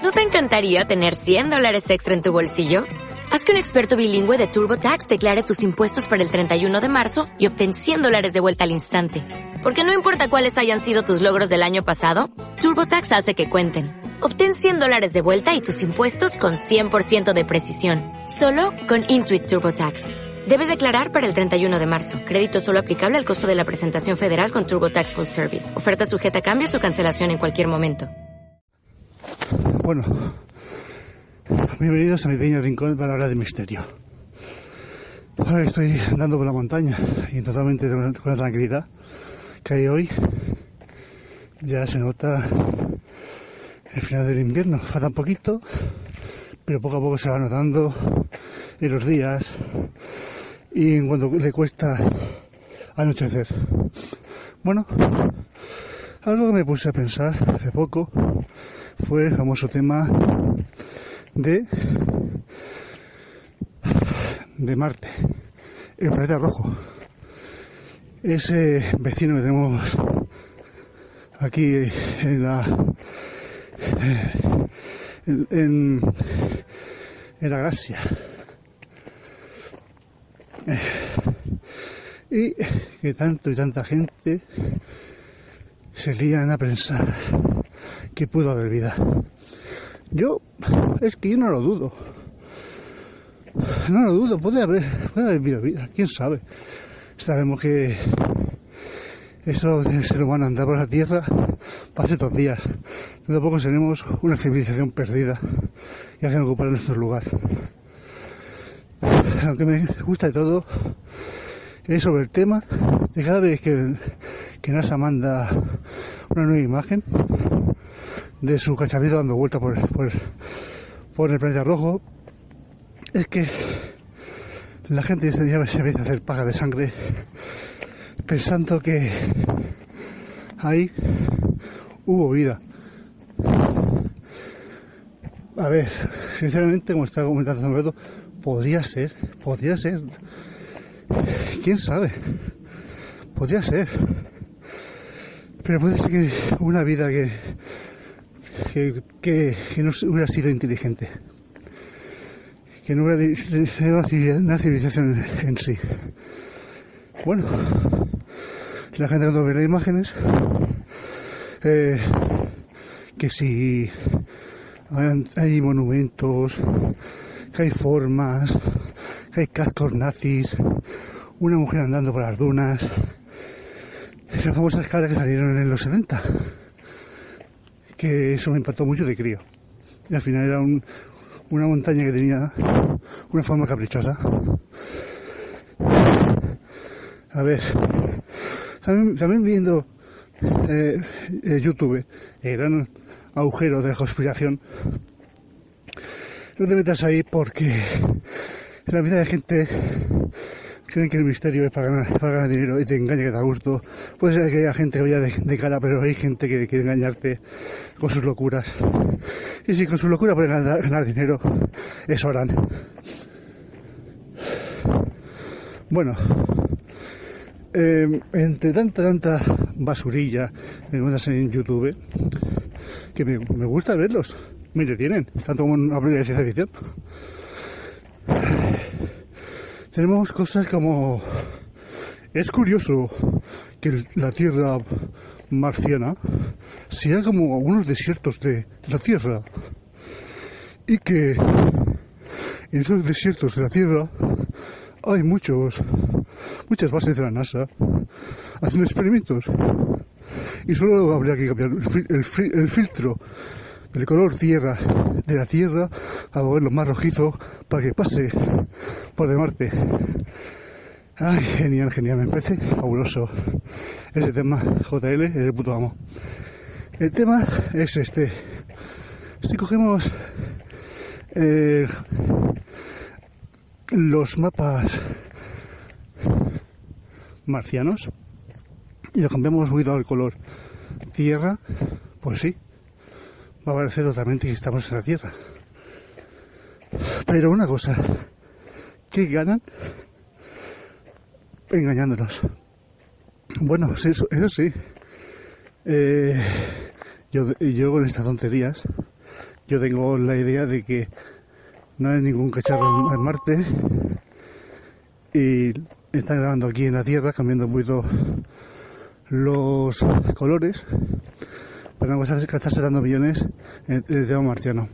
¿No te encantaría tener $100 extra en tu bolsillo? Haz que un experto bilingüe de TurboTax declare tus impuestos para el 31 de marzo y obtén $100 de vuelta al instante. Porque no importa cuáles hayan sido tus logros del año pasado, TurboTax hace que cuenten. Obtén $100 de vuelta y tus impuestos con 100% de precisión. Solo con Intuit TurboTax. Debes declarar para el 31 de marzo. Crédito solo aplicable al costo de la presentación federal con TurboTax Full Service. Oferta sujeta a cambios o cancelación en cualquier momento. Bueno, bienvenidos a mi pequeño rincón para hablar de misterio. Ahora estoy andando por la montaña y totalmente con la tranquilidad que hay hoy. Ya se nota el final del invierno. Falta un poquito, pero poco a poco se va notando en los días y en cuanto le cuesta anochecer. Bueno, algo que me puse a pensar hace poco fue el famoso tema de Marte, el planeta rojo. Ese vecino que tenemos aquí en la galaxia. Y que tanto y tanta gente se lían a pensar que pudo haber vida. Yo no lo dudo. No lo dudo, puede haber vida, quién sabe. Sabemos que eso del ser humano andar por la Tierra pasa estos días. Tampoco seremos una civilización perdida y hay que ocupar nuestro lugar. Lo que me gusta de todo es sobre el tema de cada vez que NASA manda una nueva imagen de su cacharrito dando vuelta por el planeta rojo, es que la gente ya se empieza a hacer paja de sangre pensando que ahí hubo vida. A ver, sinceramente, como estaba comentando hace un rato, podría ser, quién sabe, podría ser, pero puede ser que una vida que no hubiera sido inteligente, que no hubiera sido una civilización en sí. Bueno, la gente cuando ve las imágenes, que si hay monumentos, que hay formas, que hay cascos nazis, una mujer andando por las dunas, esas famosas caras que salieron en los 70, que eso me impactó mucho de crío. Y al final era una montaña que tenía una forma caprichosa. A ver, también viendo YouTube, el gran agujero de conspiración, no te metas ahí porque la mitad de gente creen que el misterio es para ganar dinero y te engaña que da gusto. Puede ser que haya gente que vaya de cara, pero hay gente que quiere engañarte con sus locuras. Y si con sus locuras pueden ganar dinero, eso harán. Bueno, entre tanta basurilla que encuentras en YouTube, que me gusta verlos, me entretienen, están como una película de ciencia ficción. Tenemos cosas como: es curioso que la Tierra marciana sea como algunos desiertos de la Tierra, y que en esos desiertos de la Tierra hay muchas bases de la NASA haciendo experimentos, y solo habría que cambiar el filtro del color tierra de la Tierra a volverlo más rojizo para que pase por de Marte. Ay, genial, me parece fabuloso ese tema. JL es el puto amo. El tema es este: si cogemos los mapas marcianos y lo cambiamos un poquito al color tierra, pues sí, va a parecer totalmente que estamos en la Tierra. Pero una cosa, ¿qué ganan engañándonos? Bueno, eso sí, yo con estas tonterías, Yo tengo la idea de que no hay ningún cacharro en Marte y están grabando aquí en la Tierra, cambiando un poquito los colores para no gastarse dando millones en el tema marciano.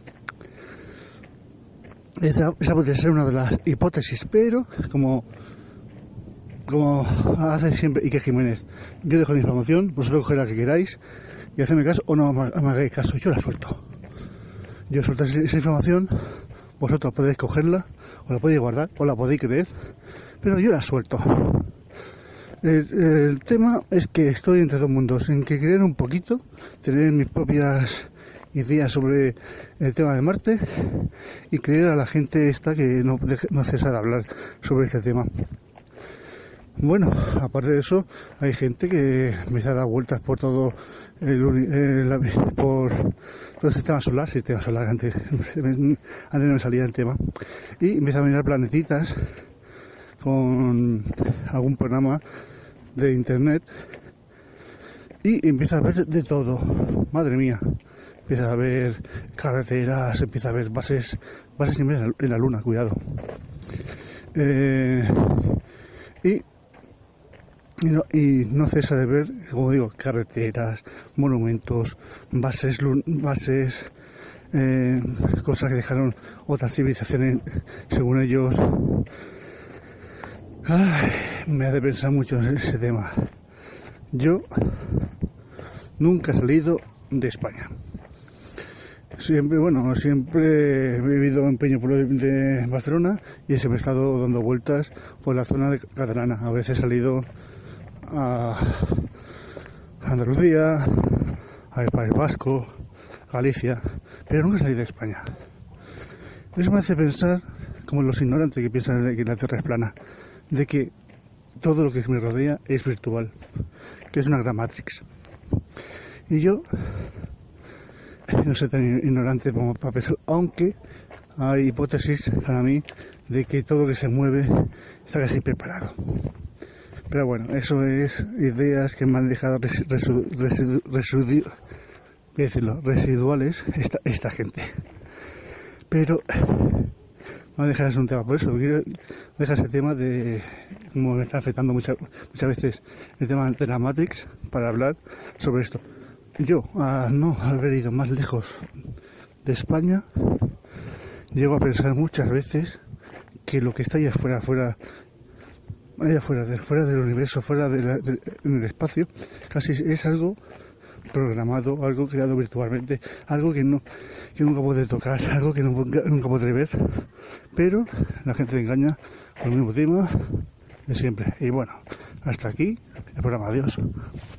Esa podría ser una de las hipótesis, pero como hace siempre Iker Jiménez, yo dejo la información, vosotros coged la que queráis y hacedme caso o no me hagáis caso, yo la suelto. Yo suelto esa información, vosotros podéis cogerla, o la podéis guardar, o la podéis creer, pero yo la suelto. El tema es que estoy entre dos mundos, en que creer un poquito, tener mis propias ideas sobre el tema de Marte y creer a la gente esta que no cesa de hablar sobre este tema. Bueno, aparte de eso, hay gente que empieza a dar vueltas por todo por todo el sistema solar, antes no me salía el tema, y empieza a mirar planetitas con algún programa de internet y empieza a ver de todo, madre mía, empieza a ver carreteras, empieza a ver bases siempre en la luna, cuidado, y no cesa de ver, como digo, carreteras, monumentos, bases, cosas que dejaron otras civilizaciones, según ellos. Me hace pensar mucho en ese tema. Yo nunca he salido de España. Siempre he vivido en Peñafiel de Barcelona y siempre he estado dando vueltas por la zona de catalana. A veces he salido a Andalucía, al País Vasco, Galicia, pero nunca salí de España. Eso me hace pensar, como los ignorantes que piensan que la Tierra es plana, de que todo lo que me rodea es virtual, que es una gran Matrix. Y yo no soy tan ignorante como para pensar, aunque hay hipótesis para mí de que todo lo que se mueve está casi preparado. Pero bueno, eso es ideas que me han dejado residuales esta gente. Pero no dejar es un tema, por eso quiero dejar ese tema de cómo me está afectando muchas veces el tema de la Matrix para hablar sobre esto. Yo, a no haber ido más lejos de España, llego a pensar muchas veces que lo que está allá fuera del universo, en el espacio, casi es algo programado, algo creado virtualmente, algo que nunca puede tocar, algo que nunca podré ver, pero la gente se engaña con el mismo tema de siempre. Y bueno, hasta aquí el programa. Adiós.